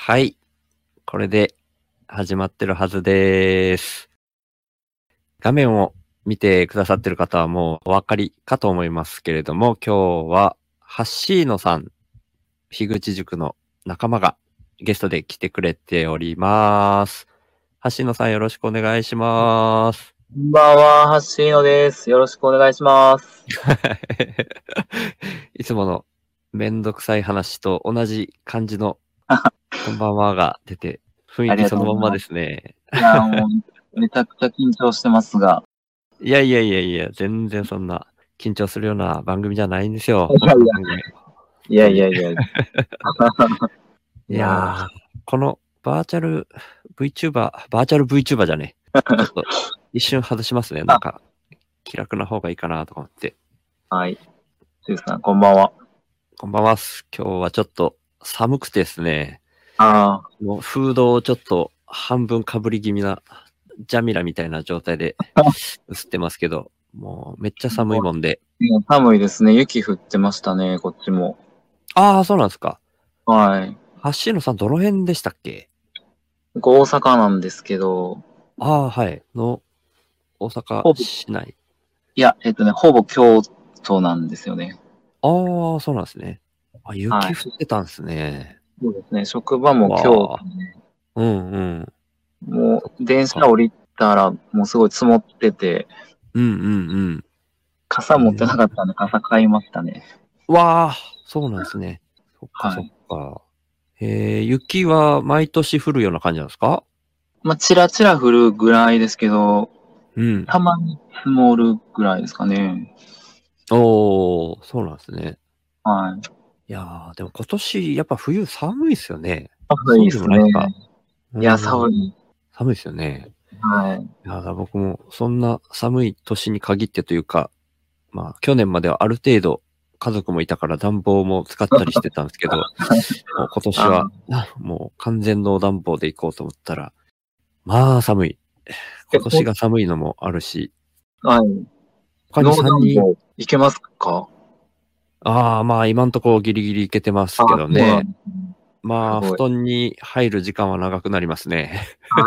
はい。これで始まってるはずです。画面を見てくださってる方はもうお分かりかと思いますけれども、今日はハッシーノさん、樋口塾の仲間がゲストで来てくれております。ハッシーノさんよろしくお願いします。 こんばんは、ハッシーノです。よろしくお願いします。 いつものめんどくさい話と同じ感じのこんばんはが出て、雰囲気そのまんまですね。 いや、もう、めちゃくちゃ緊張してますが。 いや、全然そんな緊張するような番組じゃないんですよ。 いやいやいや。 いやー、このバーチャル VTuber じゃねえ。ちょっと一瞬外しますね。なんか、気楽な方がいいかなとか思って。 はい。シュウさん、こんばんは。 こんばんは。今日はちょっと寒くてですね。 ああ。 もうフードをちょっと半分かぶり気味なジャミラみたいな状態で映ってますけど、もうめっちゃ寒いもんで。 寒いですね。雪降ってましたね、こっちも。 ああ、そうなんですか。 はい。 ハッシーノさんどの辺でしたっけ？ 大阪なんですけど。 ああ、はい。の、大阪市内。 いや、ほぼ京都なんですよね。 ああ、そうなんですね。あ、雪降ってたんですね。 そうですね。職場も京都で。 うんうん。 もう、電車降りたら、もうすごい積もってて。 うんうんうん。 傘持ってなかったんで、傘買いましたね。 わあ、そうなんですね。そっかそっか。雪は毎年降るような感じなんですか？ まあ、チラチラ降るぐらいですけど、 うん。 たまに積もるぐらいですかね。 おー、そうなんですね。 はい。 いやー、でも今年やっぱ冬寒いですよね。 寒いそうでですね。 もないですか？ いや、寒い。 寒いですよね。 はい。 いやー、僕もそんな寒い年に限ってというか、まあ去年まではある程度家族もいたから暖房も使ったりしてたんですけど、もう今年はもう完全ノー暖房で行こうと思ったら、まあ寒い。今年が寒いのもあるし、 はい。 他に3人、 いけますか？ ああ、まあ今んとこギリギリいけてますけどね。まあ布団に入る時間は長くなりますね。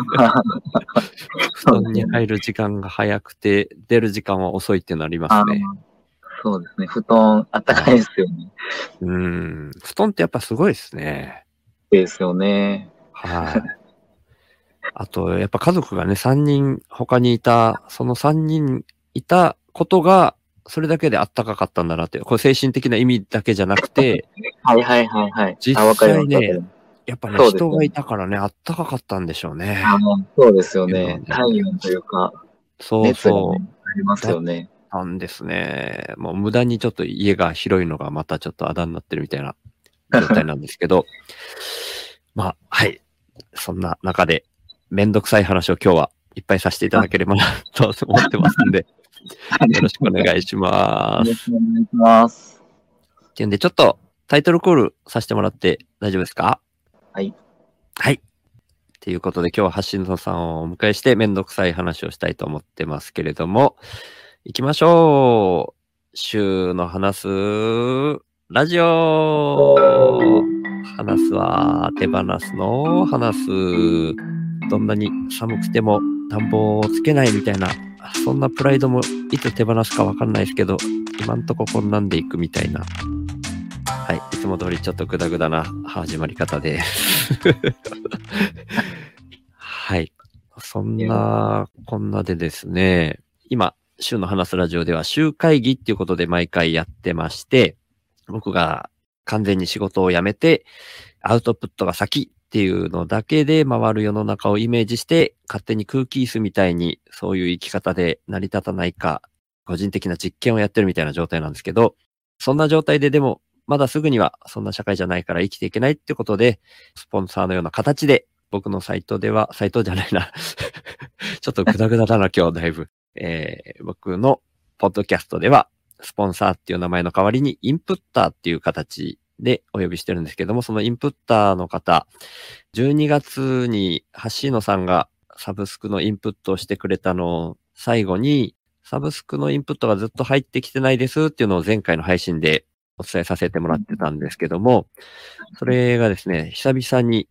布団に入る時間が早くて、出る時間は遅いってなりますね。 そうですね。布団、あったかいですよね。 布団ってやっぱすごいですね。 ですよね。 はい。あと、やっぱ家族がね、3人他にいた、その3人いたことが、それだけであったかかったんだなって、これ精神的な意味だけじゃなくて、 はいはいはいはい。 実際ね、やっぱね、人がいたからね、あったかかったんでしょうね。 そうですよね。体温というか、熱がありますよね。 なんですね。もう無駄にちょっと家が広いのがまたちょっとあだになってるみたいな状態なんですけど、まあ、はい。そんな中で、めんどくさい話を今日はいっぱいさせていただければなと思ってますんで、よろしくお願いします。 よろしくお願いします。 っていうんで、ちょっとタイトルコールさせてもらって大丈夫ですか？ はい。 はい。ということで今日は橋野さんをお迎えしてめんどくさい話をしたいと思ってますけれども、行きましょう。週の話すラジオ。話すは手放すの話す。どんなに寒くても暖房をつけないみたいな、そんなプライドもいつ手放すかわかんないですけど、今んとここんなんでいくみたいな。はい。いつも通りちょっとグダグダな始まり方で。はい。そんな、こんなでですね、今、週の話すラジオでは週会議っていうことで毎回やってまして、僕が完全に仕事を辞めて、アウトプットが先っていうのだけで回る世の中をイメージして、勝手に空気椅子みたいにそういう生き方で成り立たないか、個人的な実験をやってるみたいな状態なんですけど、そんな状態ででも、まだすぐにはそんな社会じゃないから生きていけないってことで、スポンサーのような形で、僕のサイトでは、サイトじゃないな。ちょっとグダグダだな、今日だいぶ。僕のポッドキャストでは、スポンサーっていう名前の代わりに、インプッターっていう形でお呼びしてるんですけども、そのインプッターの方、12月に橋野さんがサブスクのインプットをしてくれたのを最後に、サブスクのインプットがずっと入ってきてないですっていうのを前回の配信でお伝えさせてもらってたんですけども、それがですね、久々に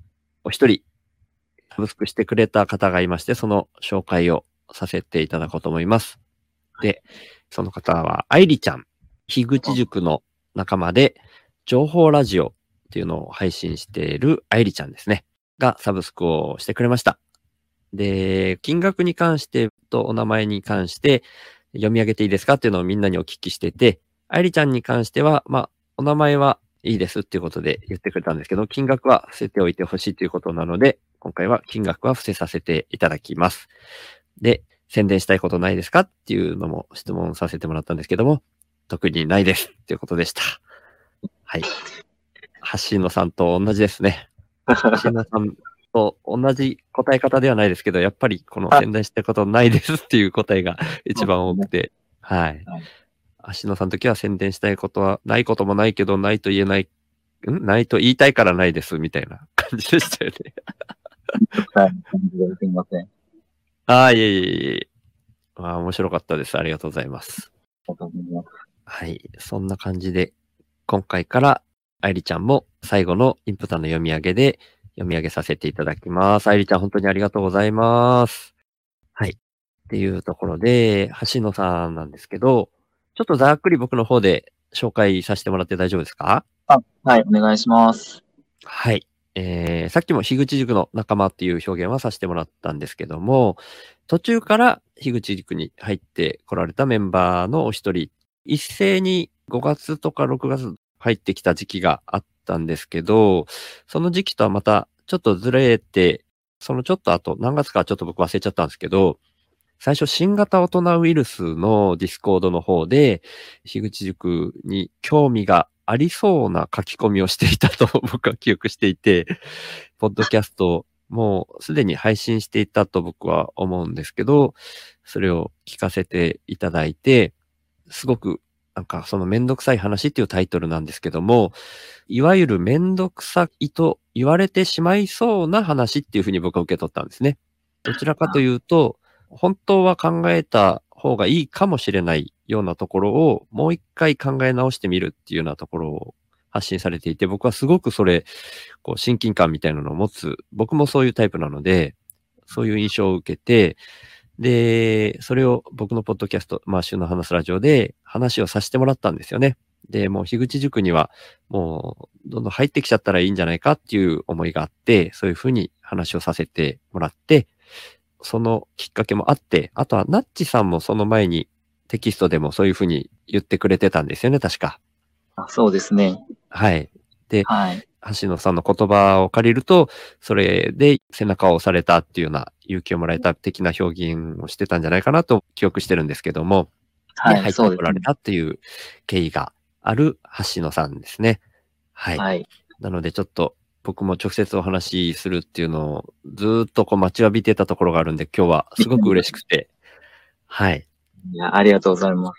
お一人、サブスクしてくれた方がいまして、その紹介をさせていただこうと思います。で、その方は、愛理ちゃん、樋口塾の仲間で、情報ラジオっていうのを配信している愛理ちゃんですね。がサブスクをしてくれました。で、金額に関してとお名前に関して読み上げていいですかっていうのをみんなにお聞きしてて、愛理ちゃんに関しては、お名前はいいですっていうことで言ってくれたんですけど、金額は伏せておいてほしいということなので、今回は金額は伏せさせていただきます。で、宣伝したいことないですかっていうのも質問させてもらったんですけども、特にないですっていうことでした。はい。橋野さんと同じですね。橋野さんと同じ答え方ではないですけど、やっぱりこの宣伝したいことないですっていう答えが一番多くて、はい。橋野さんの時は宣伝したいことはないこともないけど、ないと言えない、ないと言いたいからないですみたいな感じでしたよね。 はい、すみません。 いえいえいえ。面白かったです。ありがとうございます。はい。そんな感じで、今回から愛理ちゃんも最後のインプットの読み上げで読み上げさせていただきます。愛理ちゃん本当にありがとうございます。はい。っていうところで、橋野さんなんですけど、ちょっとざっくり僕の方で紹介させてもらって大丈夫ですか？ はい、お願いします。 はい。さっきも樋口塾の仲間っていう表現はさせてもらったんですけども、途中から樋口塾に入って来られたメンバーのお一人、一斉に5月とか6月入ってきた時期があったんですけど、その時期とはまたちょっとずれて、そのちょっと後、何月かちょっと僕忘れちゃったんですけど、最初新型大人ウイルスのディスコードの方で、樋口塾に興味がありそうな書き込みをしていたと僕は記憶していて、ポッドキャストもうすでに配信していたと僕は思うんですけど、それを聞かせていただいて、すごくなんかそのめんどくさい話っていうタイトルなんですけども、いわゆるめんどくさいと言われてしまいそうな話っていうふうに僕は受け取ったんですね。どちらかというと、本当は考えた方がいいかもしれないようなところをもう一回考え直してみるっていうようなところを発信されていて、僕はすごくそれ、こう親近感みたいなのを持つ、僕もそういうタイプなので、そういう印象を受けて、で、それを僕のポッドキャスト、週の話すラジオで話をさせてもらったんですよね。で、もう樋口塾にはもうどんどん入ってきちゃったらいいんじゃないかっていう思いがあって、そういうふうに話をさせてもらって、そのきっかけもあって、あとはナッチさんもその前にテキストでもそういうふうに言ってくれてたんですよね、確か。 そうですね。 はい。で、 はい、 橋野さんの言葉を借りると、それで背中を押されたっていうような勇気をもらえた的な表現をしてたんじゃないかなと記憶してるんですけども、で、入ってこられたっていう経緯がある橋野さんですね。はい。はい、なのでちょっと僕も直接お話しするっていうのをずーっとこう待ちわびてたところがあるんで、今日はすごく嬉しくて、はい。 いや、ありがとうございます。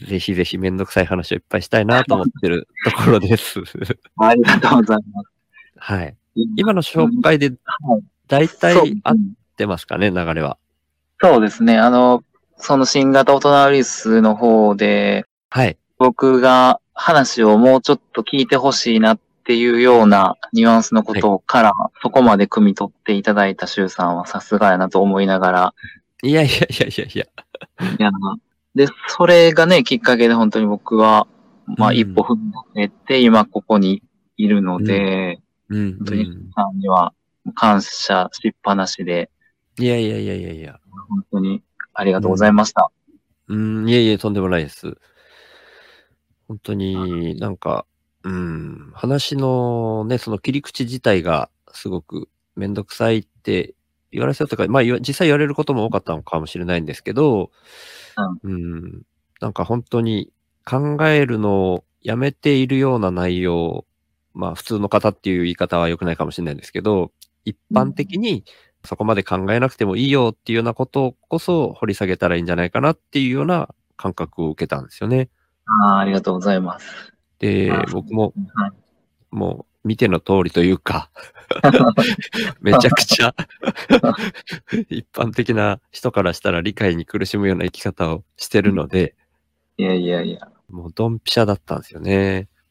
ぜひぜひめんどくさい話をいっぱいしたいなと思ってるところです。 ありがとうございます。 はい。今の紹介で大体合ってますかね、流れは。 そうですね。その新型大人ウイルスの方で、 はい。 僕が話をもうちょっと聞いてほしいなっていうようなニュアンスのことから、そこまで汲み取っていただいた周さんはさすがやなと思いながら。 いやいやいやいやいや。 で、それがね、きっかけで本当に僕は、一歩踏み出せて、今ここにいるので、本当にさんには感謝しっぱなしで。 いやいやいやいやいや。 本当にありがとうございました。 いえいえ、とんでもないです。本当になんか、話のね、その切り口自体がすごくめんどくさいって言われそうとか、実際言われることも多かったのかもしれないんですけど、なんか本当に考えるのをやめているような内容、普通の方っていう言い方は良くないかもしれないんですけど、一般的にそこまで考えなくてもいいよっていうようなことこそ掘り下げたらいいんじゃないかなっていうような感覚を受けたんですよね。 ありがとうございます。 で、僕も、もう見ての通りというか、めちゃくちゃ一般的な人からしたら理解に苦しむような生き方をしてるので、 いやいやいや。 もうドンピシャだったんですよね。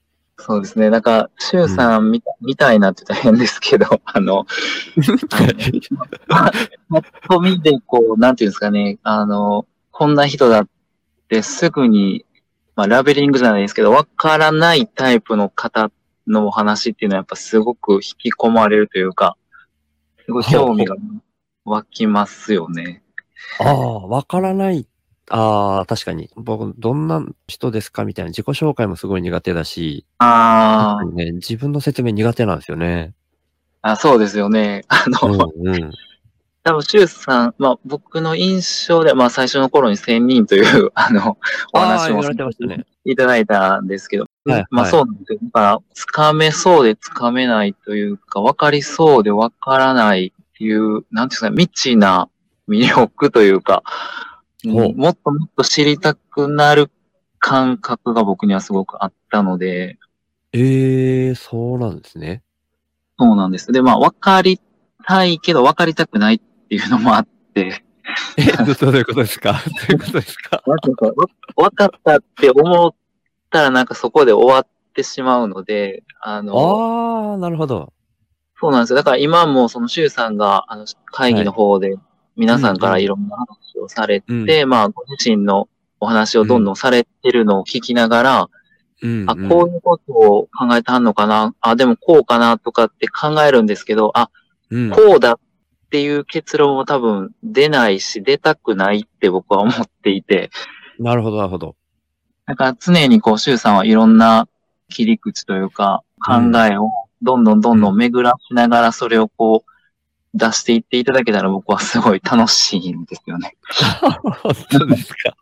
そうですね。なんか、シュウうん。 さんみたいなって言ったら変ですけど、あの、パッと見でこう、なんていうんですかね、こんな人だってすぐに、まあ、ラベリングじゃないですけど、わからないタイプの方のお話っていうのはやっぱすごく引き込まれるというか、すごい興味がほうほう。 湧きますよね。 ああ、わからない。ああ、確かに。僕、どんな人ですかみたいな自己紹介もすごい苦手だし、確かあにね、自分の説明苦手なんですよね。 そうですよね。 うんうん。 多分、シュウさん、まあ、僕の印象で、まあ、最初の頃に1000人という、おああ、 話も言われさせててましたね。 いただいたんですけど、まあ、 はいはい。 そうなんですよ。だから、つかめそうでつかめないというか、わかりそうでわからないっていう、なんていうんですかね、未知な魅力というか、うん、 ほう。 もっともっと知りたくなる感覚が僕にはすごくあったので、 ええ、そうなんですね。 そうなんです。で、まあ、わかりたいけど、わかりたくないっていうのもあって、 どういうことですか？どういうことですか？ なんていうか、わかったって思ったらなんかそこで終わってしまうので、 ああ、なるほど。 そうなんですよ。だから今もその周さんが、会議のはい。 方で皆さんからいうんうん。 ろんな話をされうん。 て、まあ、ご自身のお話をうん。 どんどんされてるのを聞きながら、 うんうこうん。 いうことを考えてはんのかな、でもこうかなとかって考えるんですけど、 うん。 こうだっていう結論も多分出ないし、出たくないって僕は思っていて、 なるほどなるほど。 だから常にこう、周さんはいろんな切り口というか、考うん。 えをどんどんどんどんうん。 巡らしながらそれをこう、出していっていただけたら僕はすごい楽しいんですよね。 本当ですか。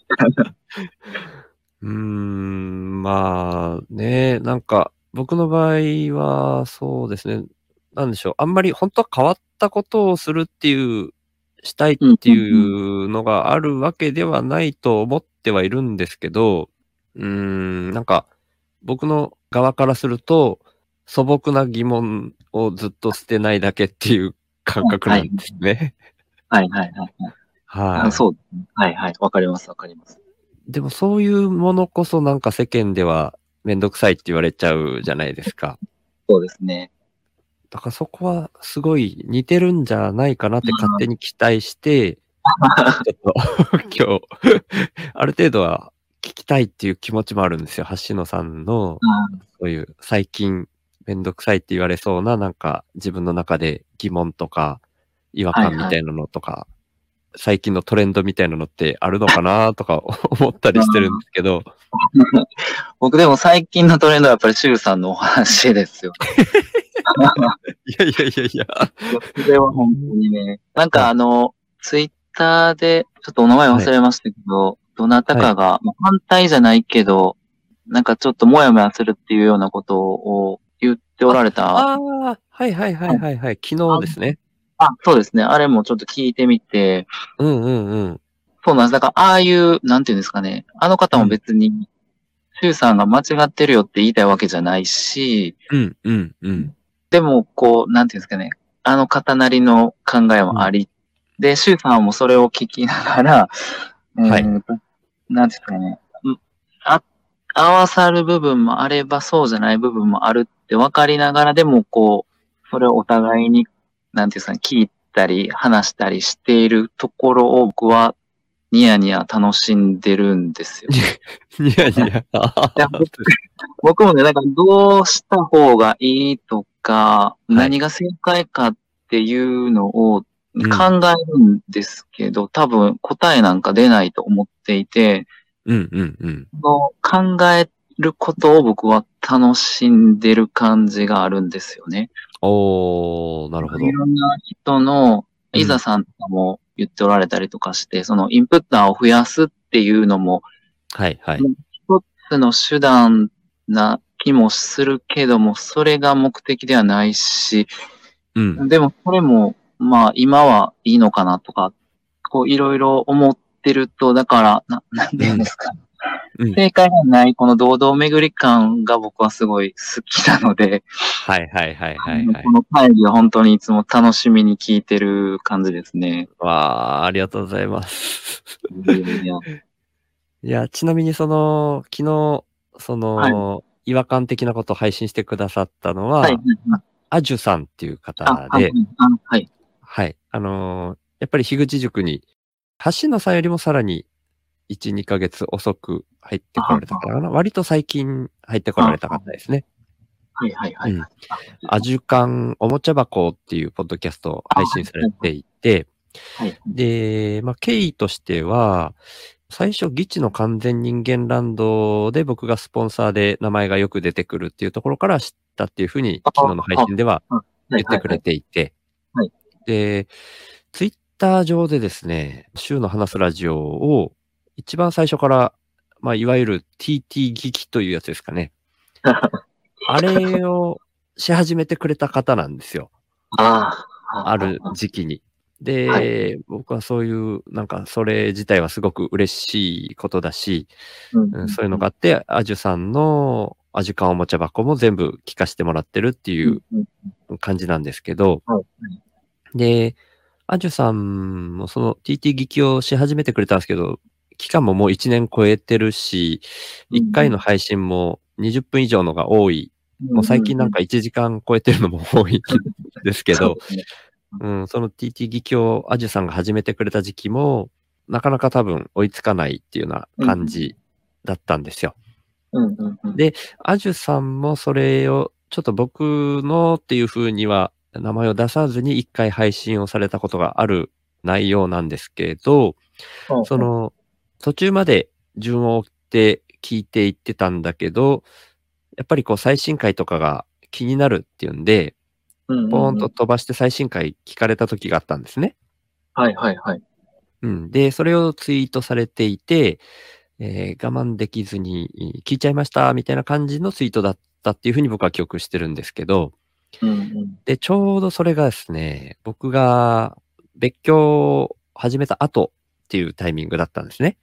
まあ、ね、なんか、僕の場合は、そうですね、なんでしょう、あんまり本当は変わったことをするっていう、したいっうん、 ていうん、うん。 うのがあるわけではないと思ってはいるんですけど、なんか、僕の側からすると、素朴な疑問をずっと捨てないだけっていう感覚はい、 なんですね。 はい、はい、はい。 はい。 そうですね。はい、はい。わかります、わかります。 でもそういうものこそなんか世間ではめんどくさいって言われちゃうじゃないですか。 そうですね。 だからそこはすごい似てるんじゃないかなって勝手に期待して、ちょっと今日ある程度は聞きたいっていう気持ちもあるんですよ。橋野さんの、そういう最近めんどくさいって言われそうななんか自分の中で疑問とか違和はい、はい。 感みたいなのとか、最近のトレンドみたいなのってあるのかなとか思ったりしてるんですけど、 僕でも最近のトレンドはやっぱり周さんのお話ですよね。 いやいやいやいや。 いや、それは本当にね。なんはい。 かツイッターで、ちょっとお名前はい。 忘れましたけど、どなたはい。 かが、まあ反対じゃないけど、なんかちょっともやもやするっていうようなことを言っておあ、 られた。 ああ、はいはいはいはい。 はいはい。昨日ですね。 そうですね。あれもちょっと聞いてみて、 うんうんうん。 そうなんです。だから、ああいう、なんていうんですかね。あの方もうん。 別に、周さんが間違ってるよって言いたいわけじゃないし、 うんうんうん。 でも、こう、なんていうんですかね。あの方なりの考えうん。 もあり、で、周さんもそれを聞きながら、 はい。 なんていうんですかね。あ、合わさる部分もあれば、そうじゃない部分もあるって分かりながら、でも、こう、それをお互いに、なんていうんですかね、聞いたり、話したりしているところを僕はニヤニヤ楽しんでるんですよね。 いやいや、 いや、僕もね、なんかどうした方がいいとか、 はい。 何が正解かっていうのを考うん。 えるんですけど、多分答えなんか出ないと思っていて、 うんうんうん。 その考えることを僕は楽しんでる感じがあるんですよね。 おー、なるほど。 いろんな人の、 うん。 イザさんとかも言っておられたりとかして、そのインプッターを増やすっていうのも、 はいはい。 一つの手段な気もするけども、それが目的ではないし、 うん。 でもそれも、まあ今はいいのかなとか、こういろいろ思ってると、だから、なんてうん。 言うんですか。 うん。 正解がないこの堂々巡り感が僕はすごい好きなので、 はいはいはいはいはい。 この会議は本当にいつも楽しみに聞いてる感じですね。 わあ、ありがとうございます。 いやいや。 いや、ちなみにその、昨日、そはい。 の、 違和感的なことを配信してくださったのはい。 は、アジュさんっていう方はい。 で、 はい。 はい。やっぱり樋口塾に、橋野さんよりもさらに1、2ヶ月遅く入ってこられた方かな。割と最近入ってこられた方ですね。 はいはいはい。 アジュカンおもちゃ箱っていうポッドキャストを配信されていて、で、経緯としては、最初、ギチの完全人間ランドで僕がスポンサーで名前がよく出てくるっていうところから知ったっていうふうに、昨日の配信では言ってくれていて、で、ツイッター上でですね、週の話すラジオを一番最初から、いわゆる TT 聞きというやつですかね。あれをし始めてくれた方なんですよ。ある時期に。で、僕はそういう、それ自体はすごく嬉しいことだし、そういうのがあって、アジュさんのアジュカンおもちゃ箱も全部聞かせてもらってるっていう感じなんですけど、で、アジュさんもその TT 聞きをし始めてくれたんですけど、期間ももう1年超えてるし、1回の配信も20分以上のが多い。もう最近1時間超えてるのも多いんですけど、その TT 聞きをアジュさんが始めてくれた時期も、なかなか多分追いつかないっていうような感じだったんですよ。で、アジュさんもそれをちょっと僕のっていう風には名前を出さずに1回配信をされたことがある内容なんですけど、その途中まで順を追って聞いていってたんだけど、やっぱり最新回とかが気になるっていうんで、ポーンと飛ばして最新回聞かれた時があったんですね。で、それをツイートされていて、我慢できずに聞いちゃいましたみたいな感じのツイートだったっていうふうに僕は記憶してるんですけど、で、ちょうどそれがですね、僕が別居を始めた後っていうタイミングだったんですね。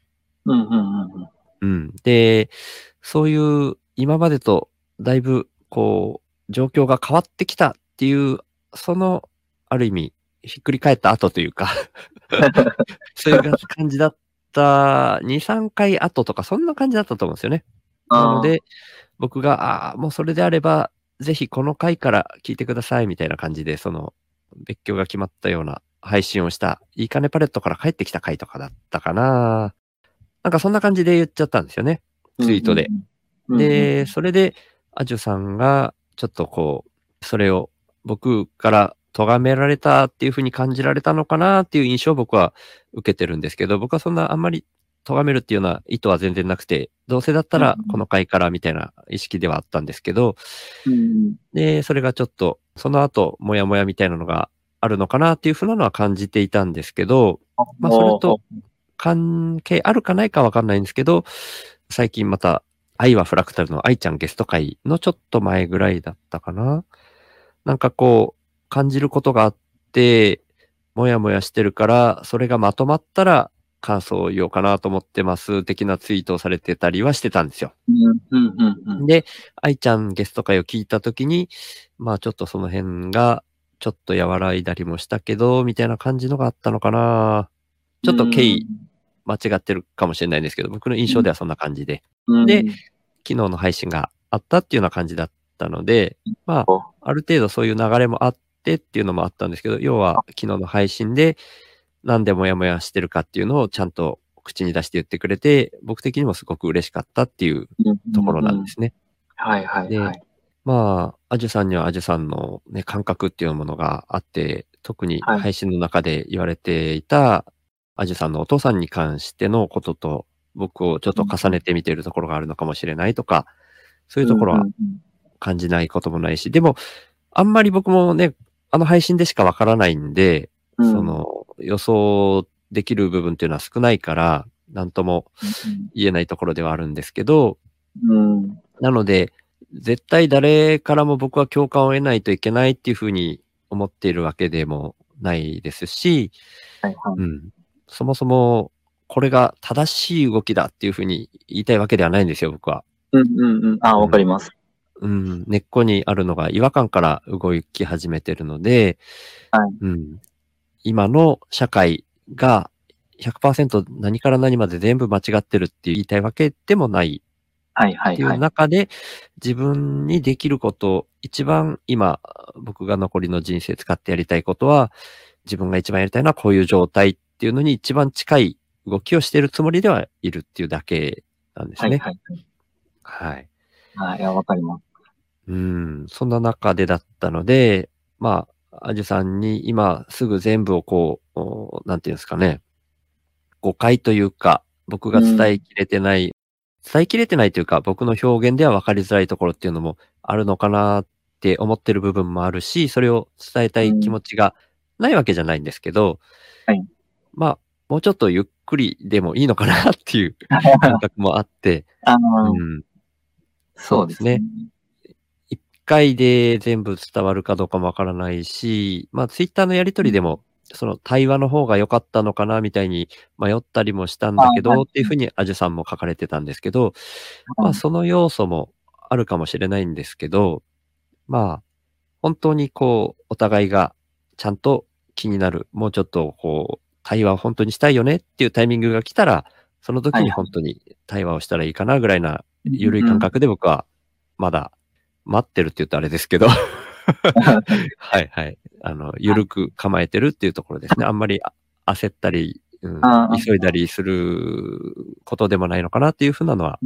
で、そういう今までとだいぶ状況が変わってきたっていう、そのある意味ひっくり返った後というかそういう感じだった2、3回後とかそんな感じだったと思うんですよね。なので、僕が、もうそれであれば、ぜひこの回から聞いてくださいみたいな感じで、別居が決まったような配信をした、いいかねパレットから帰ってきた回とかだったかな。そんな感じで言っちゃったんですよね。ツイートで。で、それで、アジュさんが、ちょっとそれを僕から咎められたっていう風に感じられたのかなっていう印象を僕は受けてるんですけど、僕はそんなあんまり咎めるっていうような意図は全然なくて、どうせだったらこの回からみたいな意識ではあったんですけど、で、それがちょっと、その後、モヤモヤみたいなのがあるのかなっていう風なのは感じていたんですけど、それと関係あるかないかわかんないんですけど、最近また、愛はフラクタルの愛ちゃんゲスト会のちょっと前ぐらいだったかな。感じることがあって、もやもやしてるから、それがまとまったら感想を言おうかなと思ってます的なツイートをされてたりはしてたんですよ。で、愛ちゃんゲスト会を聞いたときに、ちょっとその辺がちょっと和らいだりもしたけど、みたいな感じのがあったのかな。ちょっと経緯間違ってるかもしれないんですけど、僕の印象ではそんな感じで。で、昨日の配信があったっていうような感じだったので、ある程度そういう流れもあってっていうのもあったんですけど、要は昨日の配信でなんでモヤモヤしてるかっていうのをちゃんと口に出して言ってくれて、僕的にもすごく嬉しかったっていうところなんですね。で、アジュさんにはアジュさんのね、感覚っていうものがあって、特に配信の中で言われていた、アジュさんのお父さんに関してのことと、僕をちょっと重ねて見ているところがあるのかもしれないとか、そういうところは感じないこともないし、でも、あんまり僕もね、あの配信でしかわからないんで、予想できる部分っていうのは少ないから、なんとも言えないところではあるんですけど、なので、絶対誰からも僕は共感を得ないといけないっていうふうに思っているわけでもないですし、そもそもこれが正しい動きだっていうふうに言いたいわけではないんですよ、僕は。 わかります。 根っこにあるのが違和感から動き始めてるので、今の社会が100% 何から何まで全部間違ってるって言いたいわけでもないはいはっていういはい。 中で、自分にできること、一番今、僕が残りの人生使ってやりたいことは、自分が一番やりたいのはこういう状態っていうのに一番近い動きをしているつもりではいるっていうだけなんですね。 はいはいはい。 はい。 はい、いや、わかります。 そんな中でだったので、まあ、アジュさんに今すぐ全部をこう、なんていうんですかね、誤解というか、僕がうん。 伝えきれてないというか、僕の表現では分かりづらいところっていうのもあるのかなって思ってる部分もあるし、それを伝えたい気うん。 持ちがないわけじゃないんですけど、 はい。 まあ、もうちょっとゆっくりでもいいのかなっていう感覚もあって、 あうの、 ん、そうそうですね。 ですね。一回で全部伝わるかどうかもわからないし、まあ、ツイッターのやりうん。 取りでも、その対話の方が良かったのかなみたいに迷ったりもしたんあ、 だけど、 はい。 っていうふうにアジュさんも書かれてたんですけど、まあ、 はい。 その要素もあるかもしれないんですけど、まあ、本当にこう、お互いがちゃんと気になる、もうちょっとこう、対話を本当にしたいよねっていうタイミングが来たら、その時にはいはい。 本当に対話をしたらいいかなぐらいなうん緩いうんうん。 感覚で僕はまだ待ってるって言うとあれですけどはいはい。ゆはい。 るく構えてるっていうところですね。あんまり焦ったり、 ああ、 急いだりすることでもないのかなっていう風なのは、 うん。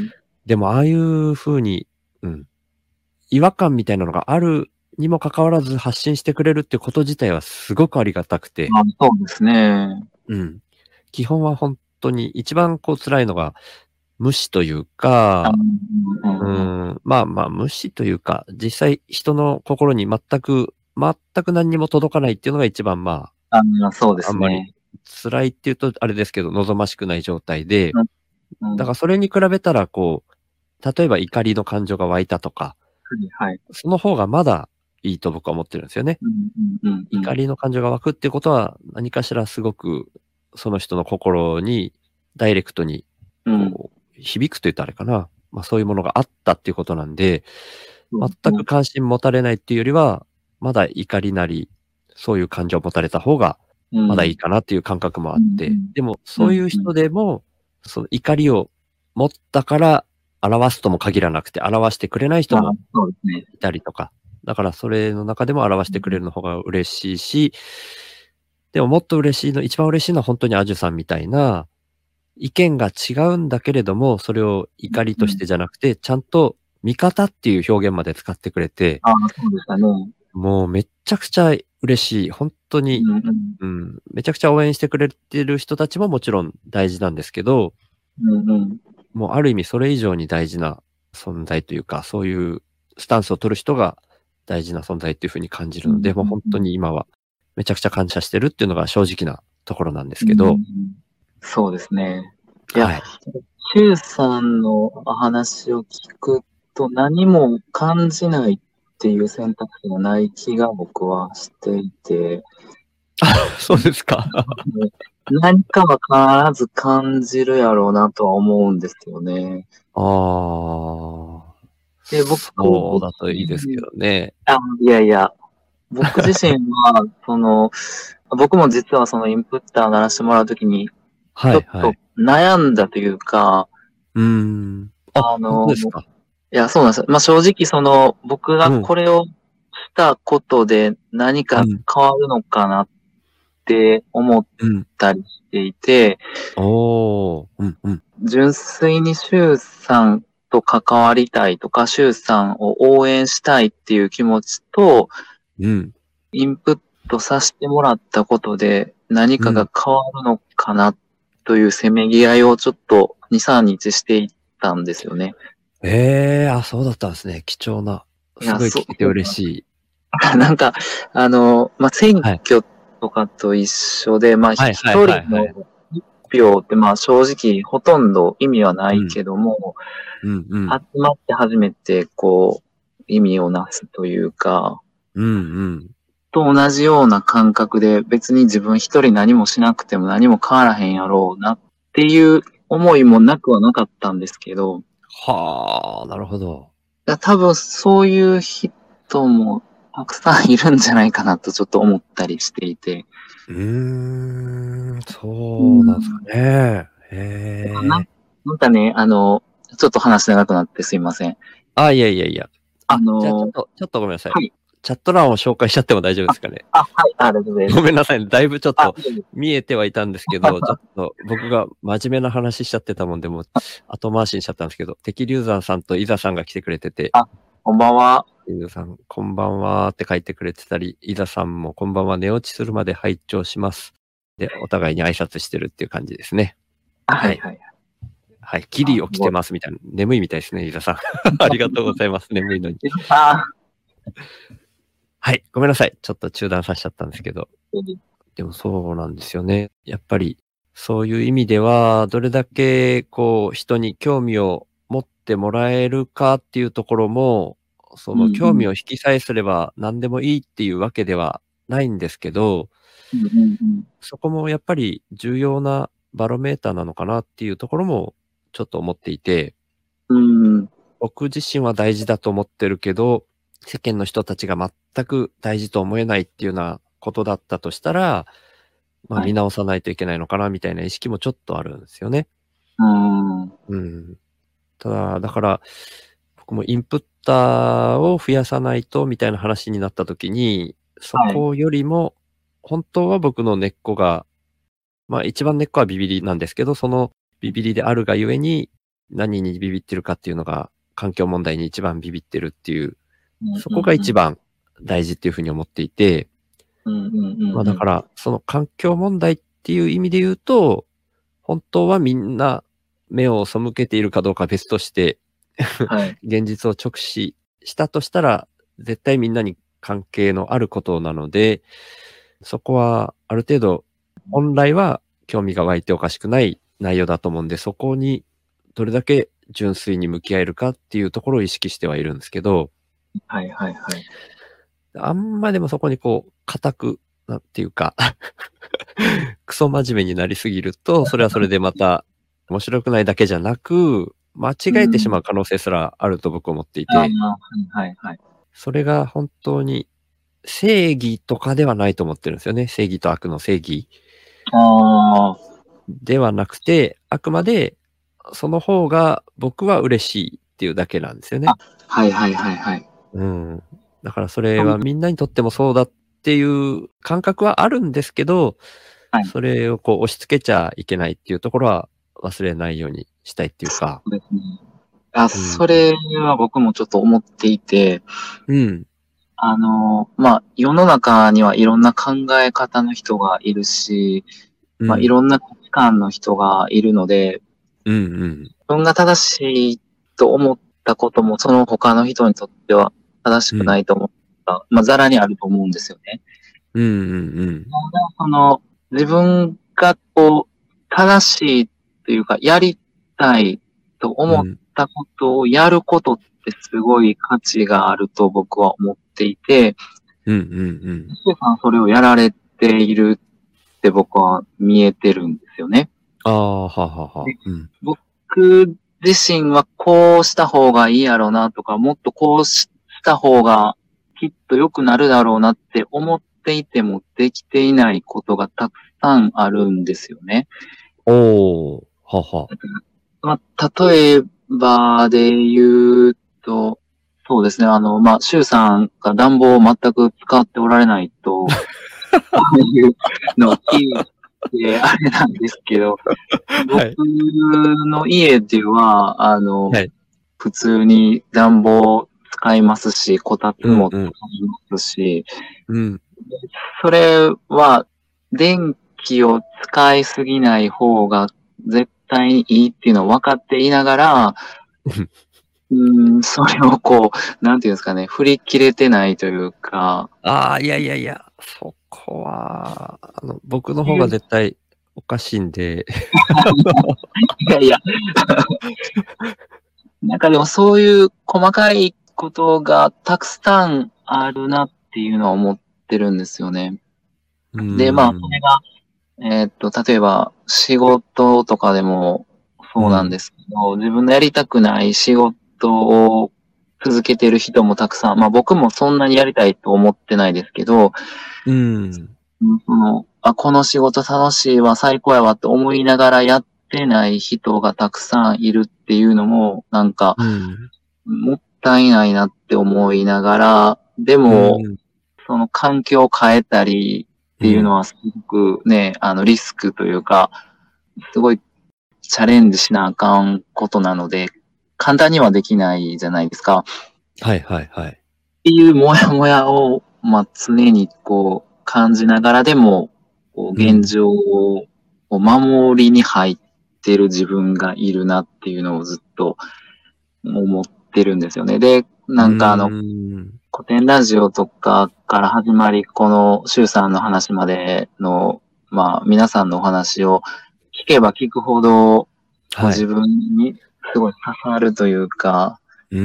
でもああいう風に、うん、違和感みたいなのがあるにもかかわらず発信してくれるってこと自体はすごくありがたくて、 まあ、そうですね。 うん。基本はほんとに一番こう辛いのが無視というか、 うんうんうん。 まあまあ、無視というか、実際人の心に全く何にも届かないっていうのが一番、まそうであ、あんまりすね。 辛いっていうとあれですけど、望ましくない状態で、 うんうん。 だからそれに比べたらこう、例えば怒りの感情が湧いたとか、 はいはい。 その方がまだいいと僕は思ってるんですよね。 うんうんうんうん。 怒りの感情が湧くってことは、何かしらすごくその人の心にダイレクトにうん。 こう響くと言ったらあれかな。ま、そういうものがあったっていうことなんで、 そうですね。 全く関心持たれないっていうよりは、まだ怒りなり、そういう感情を持たれた方が、 うん。 まだいいかなっていう感覚もあうって、 んうん。 でもうそういうんうん。 人でも、その怒りを持ったから表すとも限らなくて、表してくれない人あ、 もそうですね。 いたりとか、だからそれの中でも表してくれるの方が嬉しいし、でももっと一番嬉しいのは本当にアジュさんみたいな、意見が違うんだけれども、それを怒りうん。 としてじゃなくて、ちゃんと味方っていう表現まで使ってくれて、 ああ、そうでしたね。 もうめっちゃくちゃ嬉しい。ほんとに、 うんうん。 めちゃくちゃ応援してくれてる人たちももちろん大事なんですけど、 うんうん。 もうある意味それ以上に大事な存在というか、そういうスタンスを取る人が大事な存在っていう風に感じるうんので、もうほんとうんうん。 に今はめちゃくちゃ感謝してるっていうのが正直なところなんですうんうんうけど、 ん。そうですね。いや、 はい。 シュウさんのお話を聞くと何も感じないっていう選択肢がない気が僕はしていて、 そうですか。 ね、何かは必ず感じるやろうなとは思うんですよね。 ああ、 で、僕そう自だといいですけ身、 どね。 いやいや、僕自身は、僕も実はそのインプッターを鳴らしてもらうときに、ちょっとはいはい。 悩んだというか、 あ、 あの、 ほんとですか。 いや、そうなんですよ。まあ、正直僕がうん、 これをしたことで何かうん、 変わるのかなって思っうん。 たりしていて、 おお、うんうん、 純粋にシュウさんと関わりたいとか、シュウさんを応援したいっていう気持ちと、 うん、 インプットさせてもらったことで何かがうん。 変わるのかなというせめぎ合いをちょっと2、3日していったんですよね。 ええ、あ、そうだったんですね。貴重な。 いや、 すごい聞けて嬉しい。 なんか、まあ、選はい。 挙とかと一緒で、まあ、 はいはい一人のはいはい。 一票って、まあ、正直ほとんど意味はないうん、 けども、 うんうん。 集まって初めて、意味をなすというか、 うんうん。 と同じような感覚で、別に自分一人何もしなくても何も変わらへんやろうなっていう思いもなくはなかったんですけど、 はあ、なるほど。 多分そういう人もたくさんいるんじゃないかなとちょっと思ったりしていて。 そうなんすかうん。 ね。 なへえ。 なんかね、 ちょっと話長くなってすいません。 あ、いやいやいや。じゃあちょっとごめんなさい。はい。チャット欄を紹介しちゃっても大丈夫ですかね。 はい、大丈夫です。 ごめんなさい。だいぶちょっと見えてはいたんですけど、ちょっと僕が真面目な話しちゃってたもんで、もう後回しにしちゃったんですけど、敵流山さんと伊沢さんが来てくれてて。 こんばんは。 伊沢さん、こんばんはって書いてくれてたり、伊沢さんもこんばんは寝落ちするまで拝聴します。で、お互いに挨拶してるっていう感じですね。 はい。 はい。ギリ起きてますみたいな。眠いみたいですね、伊沢さん。ありがとうございます。眠いのに。はい。ごめんなさい。ちょっと中断させちゃったんですけど。でもそうなんですよね。やっぱり、そういう意味では、どれだけ、人に興味を持ってもらえるかっていうところも、その興味を引きさえすれば何でもいいっていうわけではないんですけど、そこもやっぱり重要なバロメーターなのかなっていうところもちょっと思っていて、僕自身は大事だと思ってるけど、世間の人たちが全く大事と思えないっていうようなことだったとしたら、見直さないといけないのかなみたいな意識もちょっとあるんですよね。ただ、だから、僕もインプッターを増やさないとみたいな話になった時に、そこよりも、本当は僕の根っこが、一番根っこはビビりなんですけど、そのビビりであるがゆえに、何にビビってるかっていうのが、環境問題に一番ビビってるっていう、そこが一番大事っていうふうに思っていて、だから、その環境問題っていう意味で言うと、本当はみんな目を背けているかどうかは別として、現実を直視したとしたら、絶対みんなに関係のあることなので、そこはある程度、本来は興味が湧いておかしくない内容だと思うんで、そこにどれだけ純粋に向き合えるかっていうところを意識してはいるんですけど、あんまでもそこに固く、なんていうか、クソ真面目になりすぎると、それはそれでまた面白くないだけじゃなく、間違えてしまう可能性すらあると僕は思っていて、それが本当に正義とかではないと思ってるんですよね。正義と悪の正義ではなくて、あくまでその方が僕は嬉しいっていうだけなんですよね。だからそれはみんなにとってもそうだっていう感覚はあるんですけど、それを押し付けちゃいけないっていうところは忘れないようにしたいっていうか。 そうですね。それは僕もちょっと思っていて、世の中にはいろんな考え方の人がいるし、いろんな価値観の人がいるので、自分が正しいと思ったことも、その他の人にとっては正しくないと思った、ざらにあると思うんですよね。自分が正しいというか、やりたいと思ったことをやることってすごい価値があると僕は思っていて、それをやられているって僕は見えてるんですよね。僕自身はこうした方がいいやろうなとか、もっとこうした方がきっと良くなるだろうなって思っていてもできていないことがたくさんあるんですよね。例えばで言うと、そうですね、シュウさんが暖房を全く使っておられないと、そういうのを聞いてあれなんですけど、僕の家では、普通に暖房使いますし、こたつも使いますし、それは電気を使いすぎない方が絶対にいいっていうのを分かっていながら、それをなんていうんですかね、振り切れてないというか。 いや、そこは、僕の方が絶対おかしいんで。 なんかでもそういう細かいことがたくさんあるなっていうのは思ってるんですよね。で、それが、例えば仕事とかでもそうなんですけど、自分のやりたくない仕事を続けてる人もたくさん、僕もそんなにやりたいと思ってないですけど、この仕事楽しいわ、最高やわって思いながらやってない人がたくさんいるっていうのも、なんか、もったいないなって思いながら、でも、その環境を変えたりっていうのはすごくね、リスクというか、すごいチャレンジしなあかんことなので、簡単にはできないじゃないですか。 はいはいはい。 っていうモヤモヤを、まあ、常にこう感じながらでも、こう現状を守りに入ってる自分がいるなっていうのをずっと思ってるんですよね。で、なんか古典ラジオとかから始まり、この周さんの話までの、まあ、皆さんのお話を聞けば聞くほど、自分にすごい刺さるというか、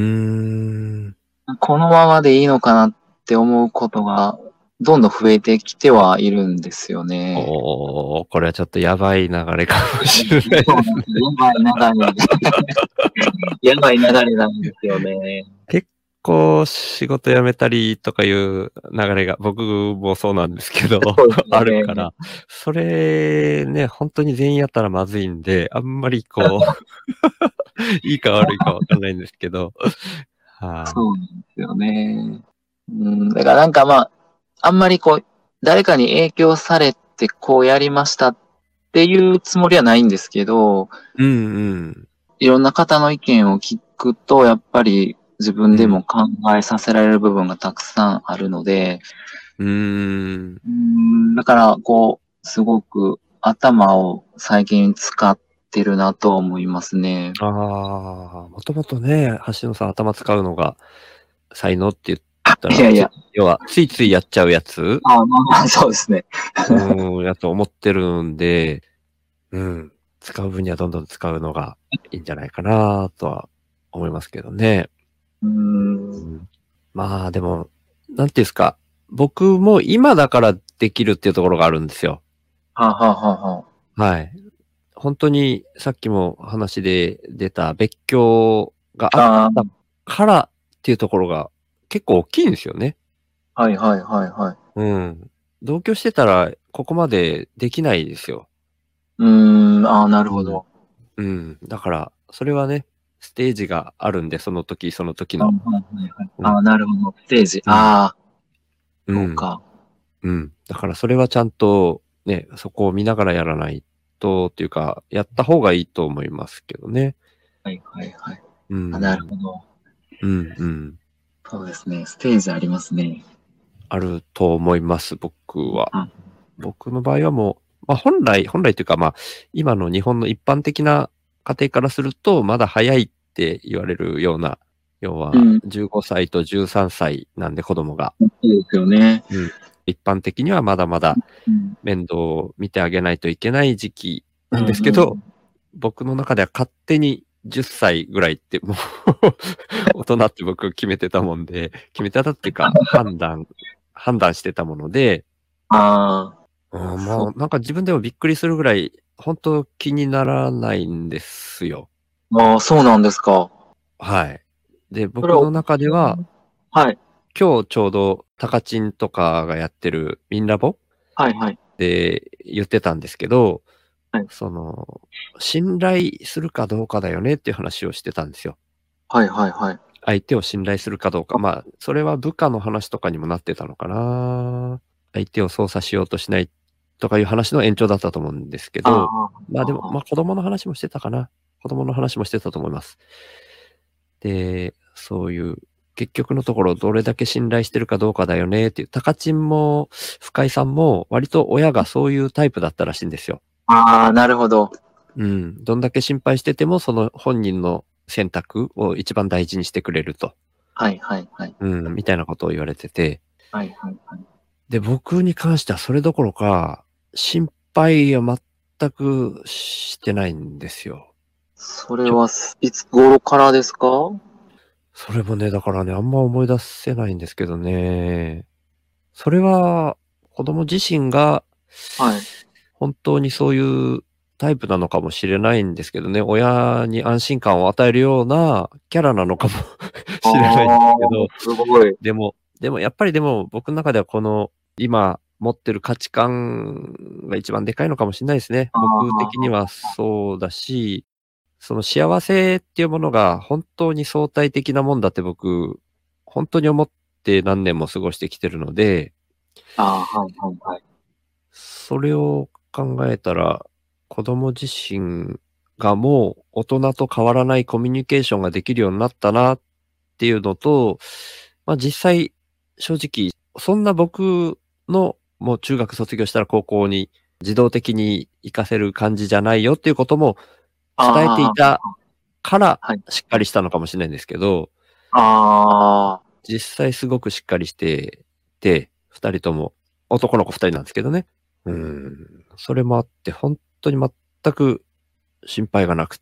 このままでいいのかなって思うことが、どんどん増えてきてはいるんですよね。 おー、これはちょっとやばい流れかもしれないですね。 やばい流れなんですよね。 結構仕事辞めたりとかいう流れが、僕もそうなんですけど、あるから、それね、本当に全員やったらまずいんで、あんまりこう、いいか悪いかわかんないんですけど、 そうなんですよね。だからなんかまあ、あんまりこう、誰かに影響されてこうやりましたっていうつもりはないんですけど、いろんな方の意見を聞くと、やっぱり自分でも考えさせられる部分がたくさんあるので、だからこう、すごく頭を最近使ってるなと思いますね。 もともとね、橋野さん頭使うのが才能って言ったら、要はついついやっちゃうやつまあそうですね。 やと思ってるんで、使う分にはどんどん使うのがいいんじゃないかなとは思いますけどね。まあでも、なんていうんですか、僕も今だからできるっていうところがあるんですよ。はい。本当にさっきも話で出た別居があったからっていうところが結構大きいんですよね。同居してたらここまでできないですよ。 なるほど。 だから、それはね、ステージがあるんで、その時その時の。 なるほど。ステージ。そうか。 だからそれはちゃんとね、そこを見ながらやらないと、っていうか、やった方がいいと思いますけどね。 なるほど。そうですね。ステージありますね。 あると思います、僕は。僕の場合はもう、まあ本来というかまあ、今の日本の一般的な家庭からすると、まだ早いって言われるような、要は15歳と13歳なんで子供が。 そうですよね。 一般的にはまだまだ面倒を見てあげないといけない時期なんですけど、僕の中では勝手に10歳ぐらいってもう大人って僕決めてたもんで、決めてたっていうか判断してたもので、もうなんか自分でもびっくりするぐらい、本当気にならないんですよ。 そうなんですか。 はい。で、僕の中では、今日ちょうどタカチンとかがやってるミンラボで言ってたんですけど、その、信頼するかどうかだよねっていう話をしてたんですよ。相手を信頼するかどうか。まあ、それは部下の話とかにもなってたのかな。相手を操作しようとしないとかいう話の延長だったと思うんですけど、まあでも、まあ子供の話もしてたかな。子供の話もしてたと思います。で、そういう、結局のところどれだけ信頼してるかどうかだよねっていう、タカチンも深井さんも割と親がそういうタイプだったらしいんですよ。 なるほど。 どんだけ心配しててもその本人の選択を一番大事にしてくれると。みたいなことを言われてて。で、僕に関してはそれどころか、心配は全くしてないんですよ。 それはいつ頃からですか？ それもね、だからね、あんま思い出せないんですけどね。それは、子供自身が、本当にそういうタイプなのかもしれないんですけどね、親に安心感を与えるようなキャラなのかもしれないんですけど、でもやっぱり僕の中ではこの、今持ってる価値観が一番でかいのかもしれないですね。僕的にはそうだし、その幸せっていうものが本当に相対的なもんだって僕、本当に思って何年も過ごしてきてるので、 はいはいはい。 それを考えたら、子供自身がもう大人と変わらないコミュニケーションができるようになったなっていうのと、実際、正直、そんな僕のもう中学卒業したら高校に自動的に行かせる感じじゃないよっていうことも伝えていああ、 たからはい。 しっかりしたのかもしれないんですけど、 ああ、 実際すごくしっかりしてて、二人とも、男の子二人なんですけどね。それもあって、本当に全く心配がなくって、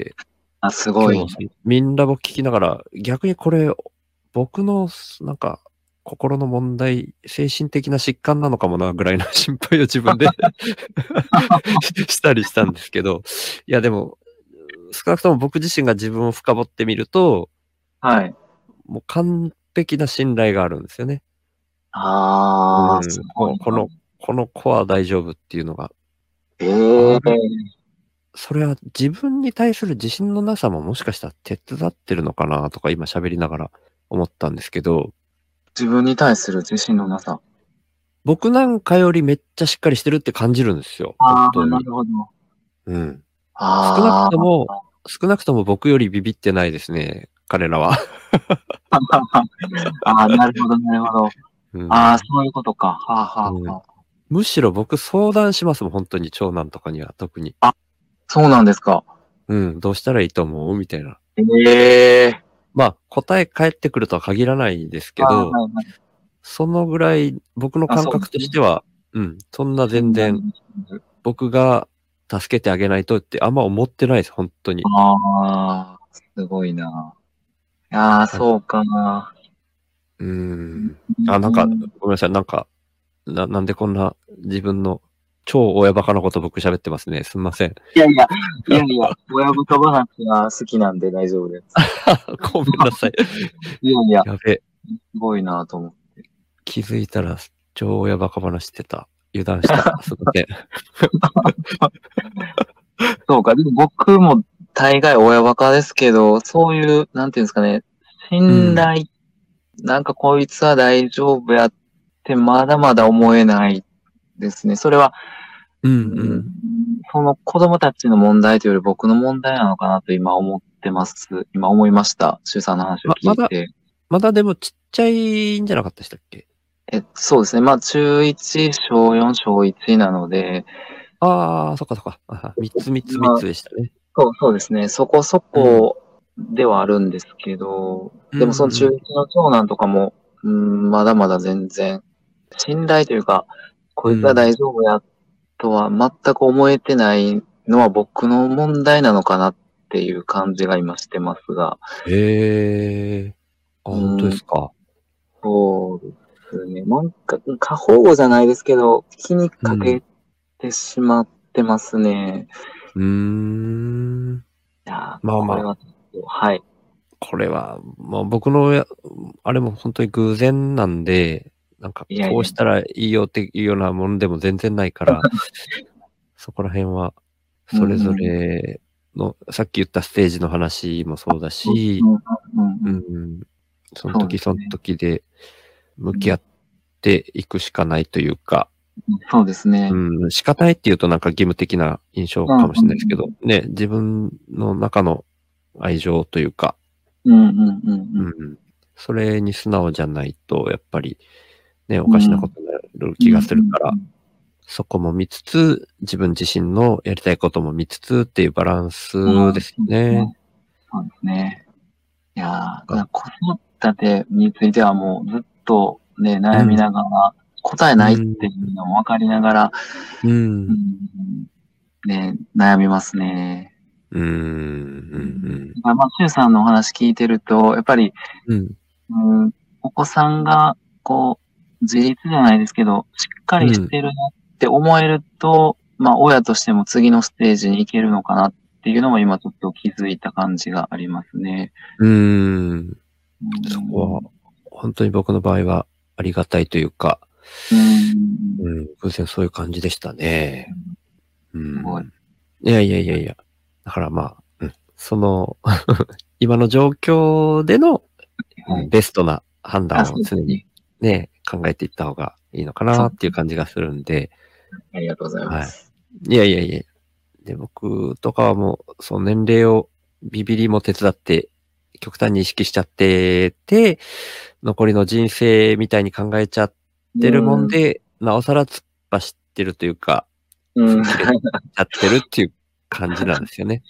すごい。 今日もみんな僕聞きながら、逆にこれ、僕のなんか、心の問題、精神的な疾患なのかもなぐらいの心配を自分でしたりしたんですけど、いやでも、少なくとも僕自身が自分を深掘ってみると、 はい。 もう完璧な信頼があるんですよね。 ああ、すごいな。 この子は大丈夫っていうのが、 ええ、 それは自分に対する自信のなさももしかしたら手伝ってるのかなとか今喋りながら思ったんですけど、 自分に対する自信のなさ。 僕なんかよりめっちゃしっかりしてるって感じるんですよ、本ああ、な当に。 るほど。 うん。少なくああ、 とも少なくとも僕よりビビってないですね、彼らは。 ああ、なるほど、なるほど。 うああ、 ん。 そういうことか。はあ、はあ、 うん。 はむしろ僕相談しますもん、本当に長男とかには特に。 あ。あ、そうなんですか。 うん、どうしたらいいと思うみたいな。 ええ、 答え返ってくるとは限らないですああ、 けど、 はいはい。 そのぐらい僕のあ、 感覚とそうですね。 しては、そんな全信頼然できる。 僕が助けてあげないとってあんま思ってないです、ほんとに。 ああ、すごいな。ああ、 なんそうかな。 うーうん、 ん。 うん。 ごめんなさい、なんでこんな自分の超親バカなこと僕喋ってますね。すんません。 いやいや、いやいや、親豚話は好きなんで大丈夫です。 ごめんなさい。 いやいや、 やべ、 すごいなと思って。 気づいたら超親バカ話してた。油断した。すいません。 そうか、でも僕も大概親バカですけど、そういう、なんていうんですかね、 うん。 信頼、なんかこいつは大丈夫やってまだまだ思えないですね。それは、 うんううん、 ん。 その子供たちの問題というより僕の問題なのかなと今思ってます。今思いました。周さんの話をまだ聞いて。 まだでもちっちゃいんじゃなかったでしたっけ？ そうですね。まあ、中1、小4、小1なので、 ああ、そっかそっか。3 まあ、 つでしたね。 そうですね。そこそうん。 こではあるんですけど、 うんでもその中うん。 1の長男とかも、まだまだ全然、信頼というか、こいつはうん。 大丈夫やとは全く思えてないのは僕の問題なのかなっていう感じが今してますが、 へえ。あ、 うほんとでん、 すか。 そうですね。なんか、過保護じゃないですけど、気にうん。 かけてしまってますね。 うーん。 いやー、 まあまあ、 これはちょっと、はい。 これは、僕のあれもほんとに偶然なんで、なんかいやいや、 こうしたらいいよっていうようなものでも全然ないから、そこら辺はうんそれぞうん。 れの、さっき言ったステージの話もそうだうんし、 うんうんうん。 うん、そんそうで時そんすね。 時で向うん、 き合っていくしかないというか、 そうですね。 仕方ないっていうとなんか義務的な印象うんうんかもしれないですけど、ね、自分の中の愛情というか、 うん。うんうんうんそれに素直じゃないと、やっぱりね、おうん。 かしなうん。 ことになるうんう気がするから、 ん。 そこも見つつ、自分自身のやりたいことも見つつっていうバランスああ、 ですそうですね。 よね。 そうですね。いやー、 あ、 子育てについてはもうずっとね、 うん、 悩みながら、答えないっうん、 ていうのも分かりながら、 うん、 ね、悩みますね。 うん、うん、 まあ、シュウさんのお話聞いてると、やっぱり、 うん、 うん、お子さんが、こう、自立じゃないですけど、しっかりしうん、 てるなって思えると、まあ、親としても次のステージに行けるのかなっていうのも今ちょっと気づいた感じがありますね。 うん、 うそこは、 ん、 本当に僕の場合はありがたいというか、 偶然そういう感じでしたね。 すごい。 いや。だからまあ、今の状況でのベストな判断を常にね、考えていった方がいいのかなっていう感じがするんで。 ありがとうございます。 いや。で、僕とかはもう、その年齢をビビりも手伝って、極端に意識しちゃってて、残りの人生みたいに考えちゃってるもんで、なおさら突っ走ってるというか、吹っ切れちゃってるっていう感じなんですよね。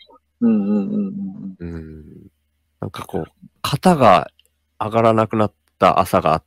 なんかこう、肩が上がらなくなった朝があって、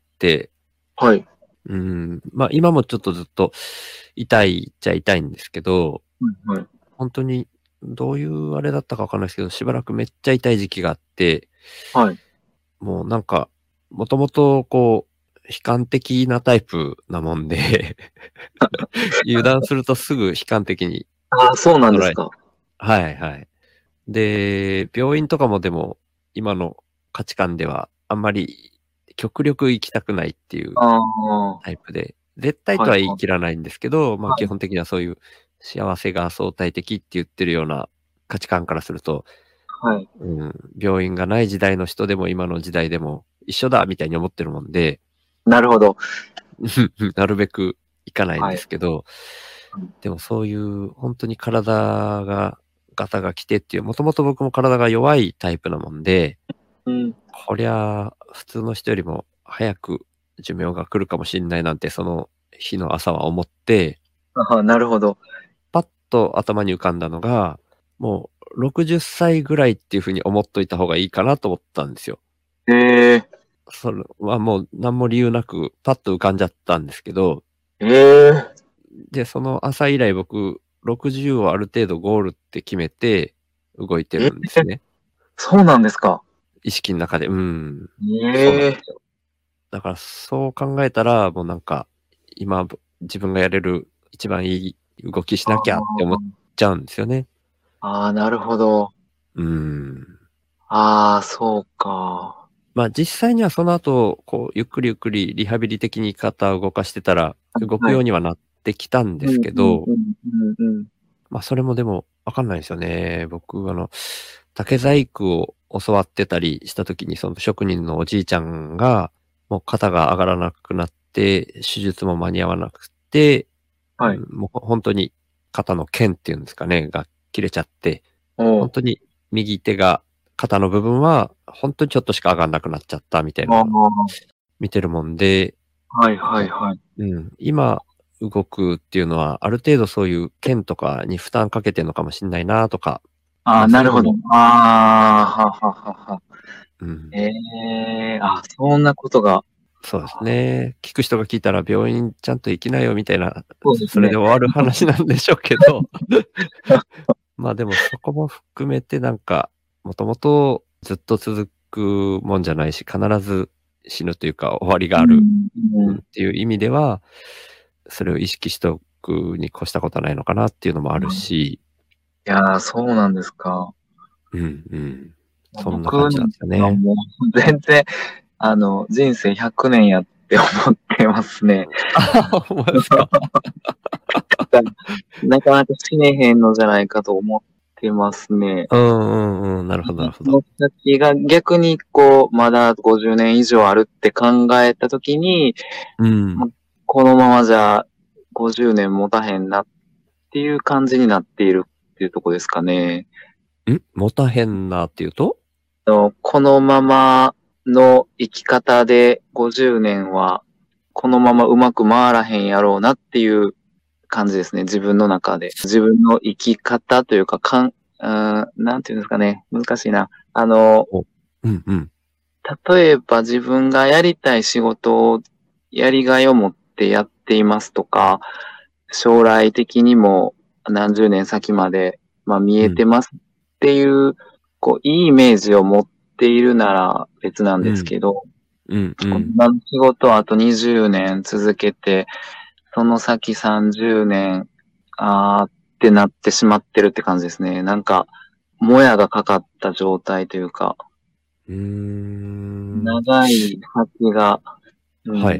はい。 まあ今もちょっとずっと痛いっちゃ痛いんですけど、 はい。 本当にどういうあれだったかわかんないですけど、しばらくめっちゃ痛い時期があって、 はい。 もうなんか、もともとこう、悲観的なタイプなもんで油断するとすぐ悲観的にああ、そうなんですか。 はい。で、病院とかもでも、今の価値観ではあんまり極力行きたくないっていうタイプで、絶対とは言い切らないんですけど、まあ基本的にはそういう幸せが相対的って言ってるような価値観からすると、病院がない時代の人でも今の時代でも一緒だみたいに思ってるもんで、 なるほど。 なるべく行かないんですけど、でもそういう本当に体がガタが来てっていう、もともと僕も体が弱いタイプなもんで、こりゃ普通の人よりも早く寿命が来るかもしんないなんてその日の朝は思って、 なるほど。 パッと頭に浮かんだのが、もう60歳ぐらいっていう風に思っといた方がいいかなと思ったんですよ。それはもう何も理由なくパッと浮かんじゃったんですけど、で、その朝以来僕、60をある程度ゴールって決めて動いてるんですね。 そうなんですか。 意識の中で。そうなんですよ。だからそう考えたら、もうなんか、今自分がやれる一番いい動きしなきゃって思っちゃうんですよね。 ああ、なるほど。ああ、そうか。 まあ実際にはその後、こう、ゆっくりリハビリ的に肩を動かしてたら、動くようにはなってきたんですけど、まあそれもでもわかんないですよね。僕、竹細工を教わってたりした時に、その職人のおじいちゃんが、もう肩が上がらなくなって、手術も間に合わなくて、もう本当に肩の腱っていうんですかね、が切れちゃって、本当に右手が、肩の部分は、本当にちょっとしか上がんなくなっちゃったみたいなのを見てるもんで、今動くっていうのは、ある程度そういう腱とかに負担かけてるのかもしんないなとか。 ああ、なるほど。ああ、は。そんなことが。 そうですね。聞く人が聞いたら病院ちゃんと行きなよみたいな、それで終わる話なんでしょうけど。まあでもそこも含めてなんか、もともとずっと続くもんじゃないし、必ず死ぬというか終わりがあるっていう意味では、それを意識しておくに越したことはないのかなっていうのもあるし。 いやー、そうなんですか。 そんな感じなんですよね。 もう全然、人生100年やって思ってますね。 ほんまですか。 なかなか死ねへんのじゃないかと思ってますね。 なるほど。 その先が逆にこう、まだ50年以上あるって考えたときに、このままじゃ50年持たへんなっていう感じになっているっていうとこですかね。 持たへんなっていうと？ このままの生き方で50年はこのままうまく回らへんやろうなっていう感じですね。自分の中で。自分の生き方というか、なんていうんですかね。難しいな。例えば自分がやりたい仕事をやりがいを持ってやっていますとか、将来的にも何十年先まで、見えてますっていう、こう、いいイメージを持っているなら別なんですけど、こんな仕事をあと20年続けて、その先30年、ってなってしまってるって感じですね。なんか、もやがかかった状態というか、長い先が、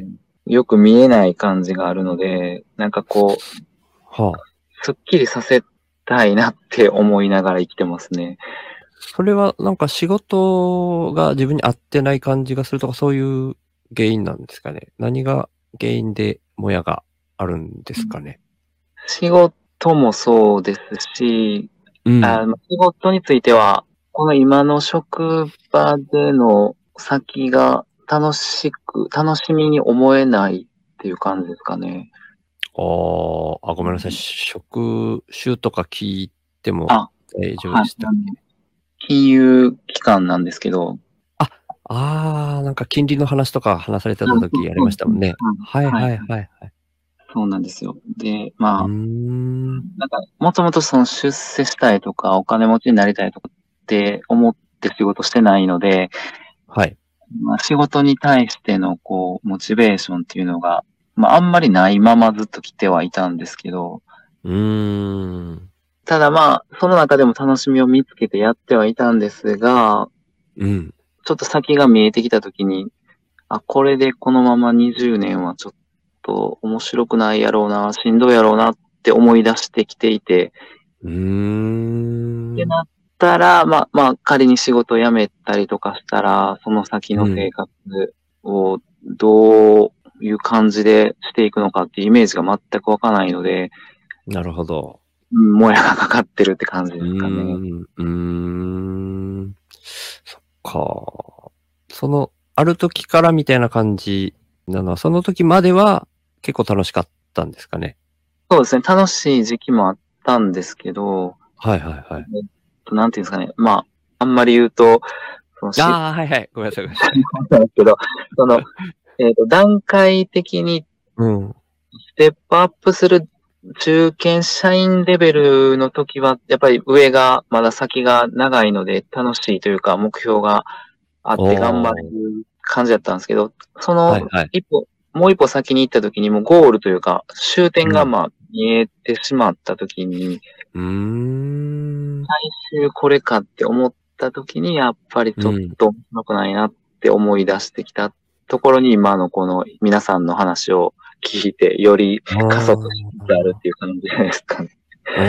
よく見えない感じがあるので、なんかこう、 はあ。 すっきりさせたいなって思いながら生きてますね。 それはなんか仕事が自分に合ってない感じがするとか、そういう原因なんですかね。何が原因でもやがあるんですかね。 仕事もそうですし、 うん。 仕事については、この今の職場での先が楽しみに思えないっていう感じですかね。 ごめんなさい。職種とか聞いてもあ、 大丈夫はい。 でしたっけ？ 金融機関なんですけど、 あ、なんか金利の話とか話されてた時ありそうですね。 ましたもんね。はいはい。はい。 はいはいはい。 そうなんですよ。で、 うーん。 なんか、もともとその出世したいとか、お金持ちになりたいとかって思って仕事してないので、 はい。 仕事に対しての、こう、モチベーションっていうのが、あんまりないままずっと来てはいたんですけど、 うーん。 ただその中でも楽しみを見つけてやってはいたんですが、 うん。 ちょっと先が見えてきたときに、これでこのまま20年はちょっと面白くないやろうな、しんどいやろうなって思い出してきていて、 うーってん。 なったら、仮に仕事を辞めたりとかしたら、その先のうん。 生活をどういう感じでしていくのかっていうイメージが全くわからないので、 なるほど。 もやがかかってるって感じうーですかね。 ん。うーん。そっか。ある時からみたいな感じなのは、その時までは結構楽しかったんですかね。 そうですね。楽しい時期もあったんですけど、 はいはいはい。 なんていうんですかね。あんまり言うと、その失はいはい。ごめんなさいごめんなさい。 敗なんですけど、その、段階的にうん。 ステップアップする中堅社員レベルの時は、やっぱり上が、まだ先が長いので楽しいというか、目標があって頑張れおー。 る感じだったんですけど、そのはいはい。 もう一歩先に行った時にもうゴールというか、終点がうん。 見えてしまった時に、 うーん。 最終これかって思った時に、やっぱりちょっうん。 と面白くないなって思い出してきたところに、今のこの皆さんの話を聞いて、よりあ加速しつつあるあ。 っていう感じじゃないですかね。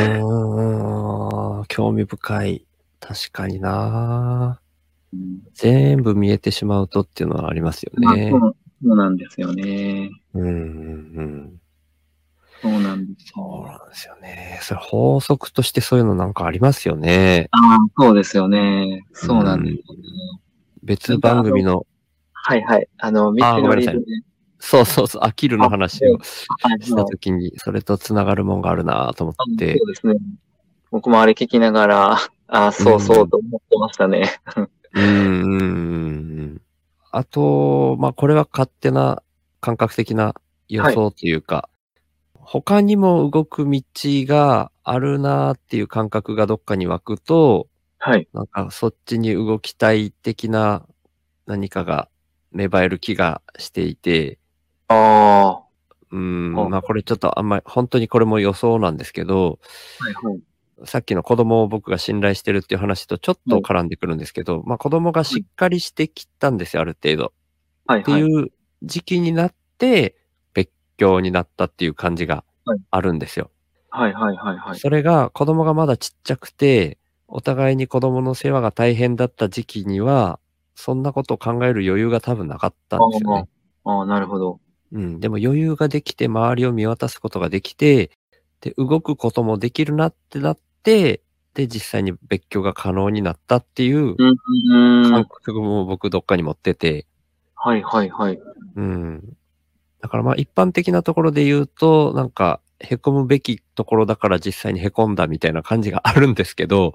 興味深い。確かにな。 うん、 全部見えてしまうとっていうのはありますよね。 そうなんですよね。 うんうんうん。 そうなんですよ。 そうなんですよね。それ法則としてそういうのなんかありますよね。 そうですよね。 うそうなんですん。 よね。 別番組の、 はいはい。道のりで、 ごめんなさい。そうそうそう、アキルの話をはいしたはい。 ときに、それと繋がるもんがあるなと思っそて。 うですね。僕もあれ聞きながら、そうそううん。 と思ってましたね。 うんうんうん。あと、これは勝手な感覚的な予はい。 想というか、他にも動く道があるなっていう感覚がどっかに湧くと、 はい。 なんかそっちに動きたい的な何かが芽生える気がしていて、 ああ、 これちょっとあんまり、本当にこれも予想なんですけど、 はいはい。 さっきの子供を僕が信頼してるっていう話とちょっとはい。 絡んでくるんですけど、子供がしっかりしてきたんですよ、ある程度。 はいはい。 っていう時期になって、別居になったっていう感じがはい。 あるんですよ。 はいはいはいはい。 それが子供がまだちっちゃくて、お互いに子供の世話が大変だった時期には、そんなことを考える余裕が多分なかったんですよね。 なるほど。 でも余裕ができて、周りを見渡すことができて、で、動くこともできるなってなって、で、実際に別居が可能になったっていううん、 感覚も僕どっかに持ってて、 はいはいはい。 うん。だから一般的なところで言うと、なんか、凹むべきところだから実際に凹んだみたいな感じがあるんですけど、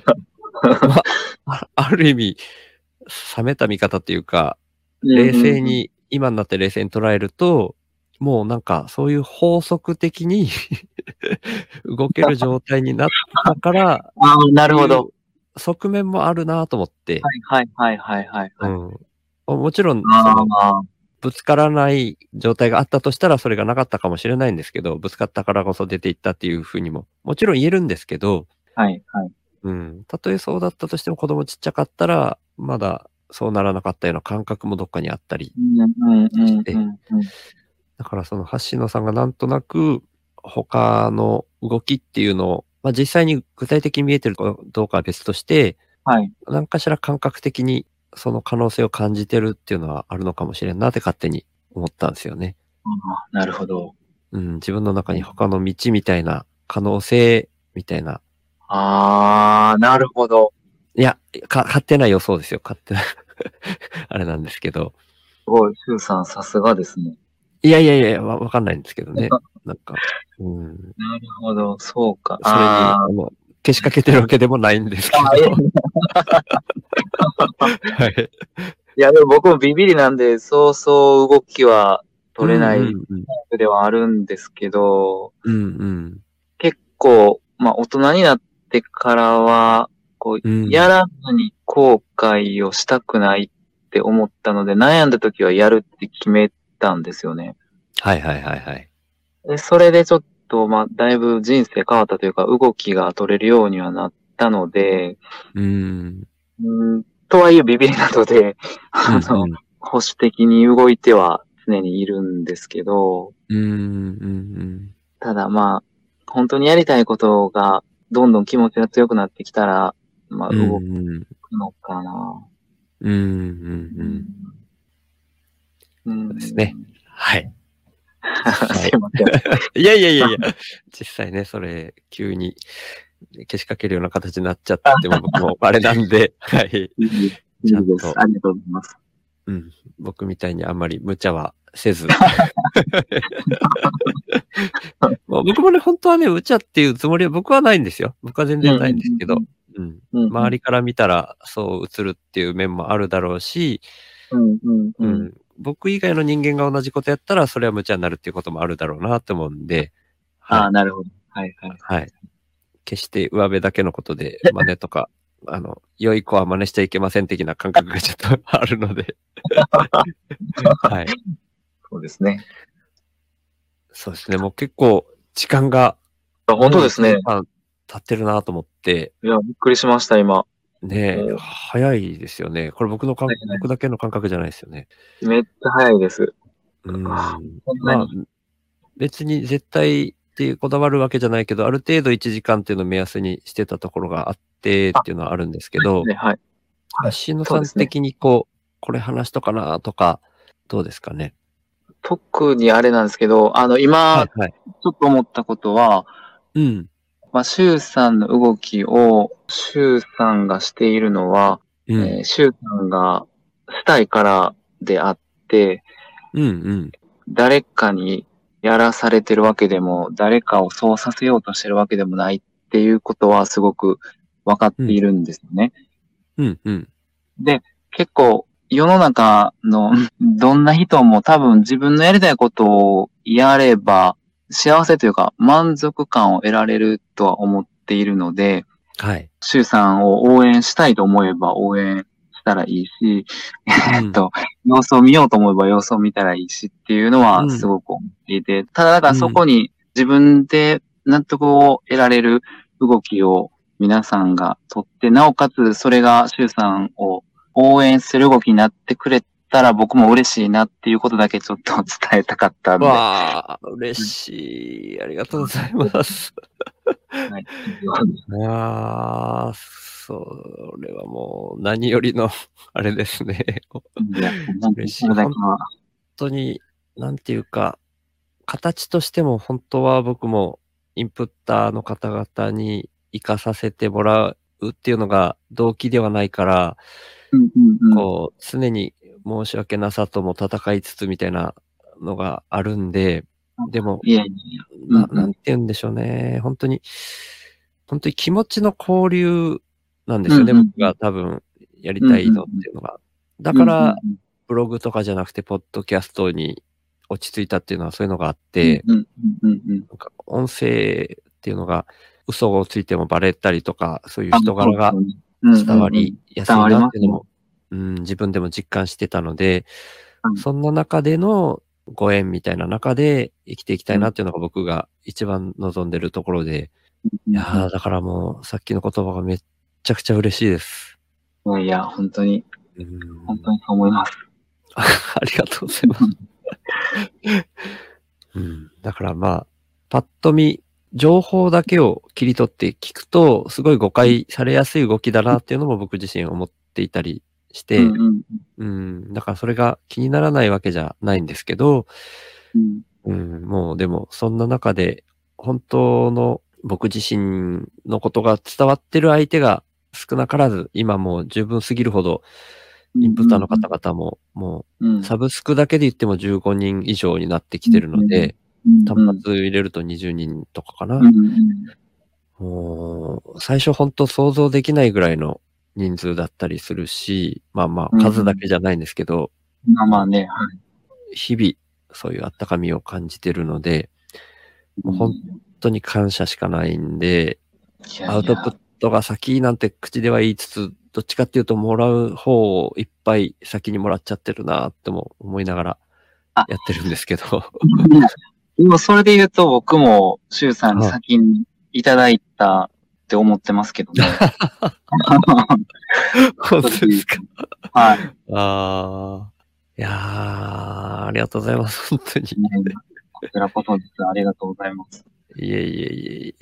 ある意味、冷めた見方っていうか、冷うんうんうん。 静に、今になって冷静に捉えると、もうなんかそういう法則的に動ける状態になったからっなるほど。 ていう側面もあるなと思って、 はいはいはいはいはいはい。 うん。もちろん、 ああ、 ぶつからない状態があったとしたら、それがなかったかもしれないんですけど、ぶつかったからこそ出ていったっていう風にも、もちろん言えるんですけど、 はいはい。 たとえそうだったとしても子供ちっちゃかったら、まだそうならなかったような感覚もどっかにあったりうんうんうんうして、 んうん。 だからその橋野さんがなんとなく他の動きっていうのを、まあ、実際に具体的に見えてるかどうかは別として、 はい。 何かしら感覚的にその可能性を感じてるっていうのはあるのかもしれんなって勝手に思ったんですよね。 なるほど。 うん、自分の中に他の道みたいな可能性みたいな。 ああ、なるほど。 いや、勝手な予想ですよ。勝手なあれなんですけど。 すごい、シュウさんさすがですね。 いやいやいや、わかんないんですけどね。なんか、うん。 なるほど、そうか。 それに、 あけしかけてるわけでもないんですけあ、いやど。はい。 いや、でも僕もビビりなんで、そうそう動きは取れうんないうんうん。 タイプではあるんですけど、 うんうん。 結構、まあ大人になってからは、こう、 うん。 やらずに後悔をしたくないって思ったので、悩んだ時はやるって決めたんですよね。 はいはいはいはい。 で、それでちょっと、まあ、だいぶ人生変わったというか、動きが取れるようにはなったので、 うん。 とはいえビビりなので、 うんうあの、 ん。 保守的に動いては常にいるんですけど、 うんうんただまあ、本当にやりたいことがどんどん気持ちが強くなってきたら、まあ、 うん。 動うんうん。 くのかな。 うんうんううん。 ん。うそうですね。 ん。 はい。 すはい。 いません。 いやいやいやいや、実際ね、それ、急にけしかけるような形になっちゃっても僕もあれなんで、はい。 いいです。 ちゃんと、 ありがとうございます。 うん、僕みたいにあんまり無茶はせず。まあ僕もね、本当はね、無茶っていうつもりは僕はないんですよ。僕は全うんうん然ないんですけど、うん。 うんうん。うんうん。 周りから見たらそう映るっていう面もあるだろうし、 うんうんうん。 うん。僕以外の人間が同じことやったら、それは無茶になるっていうこともあるだろうなって思うんで、はああ、 い。 なるほど。はいはいはい。 はい。決して上辺だけのことで真似とか、良い子は真似しちゃいけません的な感覚がちょっとあるので、はい。 そうですね。 そうですね。もう結構時間があ、本もう当ですね。 1時間経ってるなと思って、 いや、びっくりしました、今。 ねえ、 もう、 早いですよね。これ僕だけの感覚じゃないですよね。 めっちゃ早いです。 うーん。まあ、 こんなに。 別に絶対ってこだわるわけじゃないけど、ある程度1時間っていうのを目安にしてたところがあってっあ、 ていうのはあるんですけど、 ね、はい。はい。 橋野そうですね。 さん的にこう、これ話しとかなとか、どうですかね？ 特にあれなんですけど、今、 はいはい。 ちょっと思ったことは、 うん。 まあ、シュウさんの動きを、シュウさんがしているのは、 うん。 シュウさんがしたいからであって、 うんうん。 誰かにやらされてるわけでも、誰かをそうさせようとしてるわけでもないっていうことはすごく分かっうん。 ているんですよね。 うんうん。 で、結構世の中のどんな人も多分自分のやりたいことをやれば幸せというか満足感を得られるとは思っているので、 はい。 シュウさんを応援したいと思えば応援したらいいし、 うん。 様子を見ようと思えば様子を見たらいいしっていうのはすうん。 ごく思っていて、ただだからそうん。 こに自分で納得を得られる動きを皆さんがとって、なおかつそれがシュウさんを応援する動きになってくれたら僕も嬉しいなっていうことだけちょっと伝えたかったんで。 わあ、嬉しい。ありがとうございます。 はい。 ああ、それはもう何よりのあれですね。 いや、本当にそ嬉しい。本れだけは。 当に、なんていうか、形としても本当は僕もインプッターの方々に活かさせてもらうっていうのが動機ではないから、 うんうんうん。 こう、常に申し訳なさとも戦いつつみたいなのがあるんで、でも、 いやいやいや。うんうん。 なんて言うんでしょうね。本当に気持ちの交流なんでうんすよね、僕がうんうん。 多分やりうんうんたいのっていうのが。だうん。うんうんから、 うん。 ブログとかじゃなくてポッドキャストに落ち着いたっていうのはそういうのがあっうんて、 うんうんうん。 なんか音声っていうのが嘘をついてもバレたりとか、そういうあ、 人柄がそうですよね。うん伝わうんうん。 りやすい伝わりますね。 なっていうのも、うん、自分でも実感してたので、 はい。 そんな中でのご縁みたいな中で生きていきたいはい。 なっていうのが僕が一番望んでるところで、 うんうんだからもうさっきの言葉がめっちゃくちゃ嬉しいです。 うん。いや、本当に、 うーん。 本当にそう思います。 ありがとうございます。 だからまあ、パッと見、情報だけを切り取って聞くと、すごい誤解されやすい動きだなっていうのも僕自身思っていたりして、だからそれが気にならないわけじゃないんですけど、もうでもそんな中で、本当の僕自身のことが伝わってる相手が少なからず、今もう十分すぎるほど、インプッターの方々も、もう、サブスクだけで言っても15人以上になってきてるので、単発入れると20人とかかな。もう、最初本当想像できないぐらいの人数だったりするし、まあまあ、数だけじゃないんですけど、 まあね、 日々、そういうあったかみを感じてるので、もう本当に感謝しかないんで、アウトプットが先なんて口では言いつつ、どっちかっていうともらう方をいっぱい先にもらっちゃってるなっても思いながらやってるんですけど。 でもそれで言うと僕もシュウさんに先にいただいたって思ってますけどね。 本当ですか。 はい。 いやー、ありがとうございます。本当に。 こちらこそです。ありがとうございます。 いえ。 い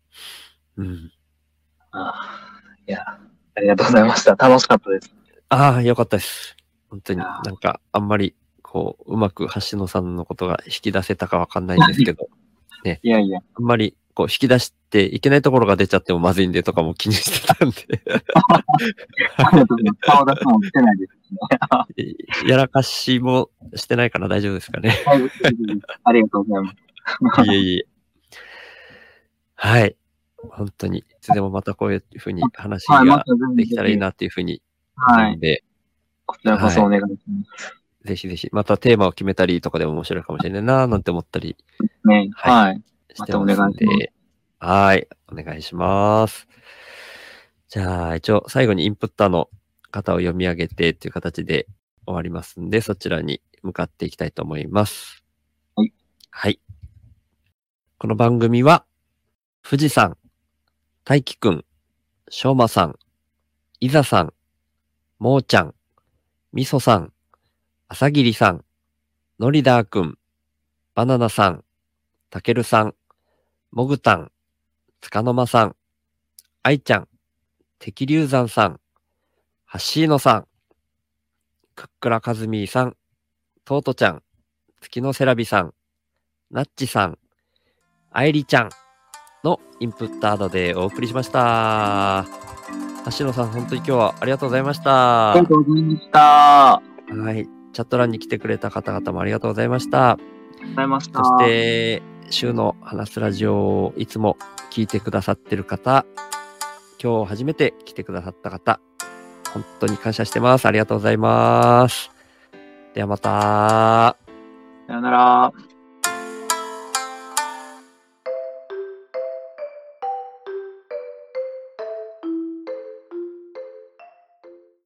や、ありがとうございました。楽しかったです。 よかったです。本当になんかあんまりこう、うまく橋野さんのことが引き出せたかわかんないんですけど、ね。 いやいや。 あんまりこう引き出していけないところが出ちゃってもまずいんでとかも気にしてたんで。 顔出しもしてないですね。やらかしもしてないから大丈夫ですかね。 ありがとうございます。 いえ。はい。本当に、いつでもまたこういうふうに話ができたらいいなっていうふうに思うんで。 こちらこそお願いします。 ぜひぜひ、またテーマを決めたりとかでも面白いかもしれないななんて思ったり。 ね、はい。 してますんで。はい。お願いします。じゃあ、一応最後にインプッターの方を読み上げてっていう形で終わりますんで、そちらに向かっていきたいと思います。 はい。 はい。この番組は、富士山、大輝くん、しょうまさん、いざさん、もーちゃん、みそさん、あさぎりさん、のりだーくん、バナナさん、たけるさん、もぐたん、つかのまさん、あいちゃん、てきりゅうざんさん、はっしーのさん、くっくらかずみーさん、とうとちゃん、月のセラビさん、なっちさん、あいりちゃんのインプッタードでお送りしました。橋野さん、本当に今日はありがとうございました。 ありがとうございました。 はい。チャット欄に来てくれた方々もありがとうございました。そして、週の話すラジオをいつも聞いてくださってる方、今日初めて来てくださった方、本当に感謝してます。ありがとうございます。ではまた。 さよなら。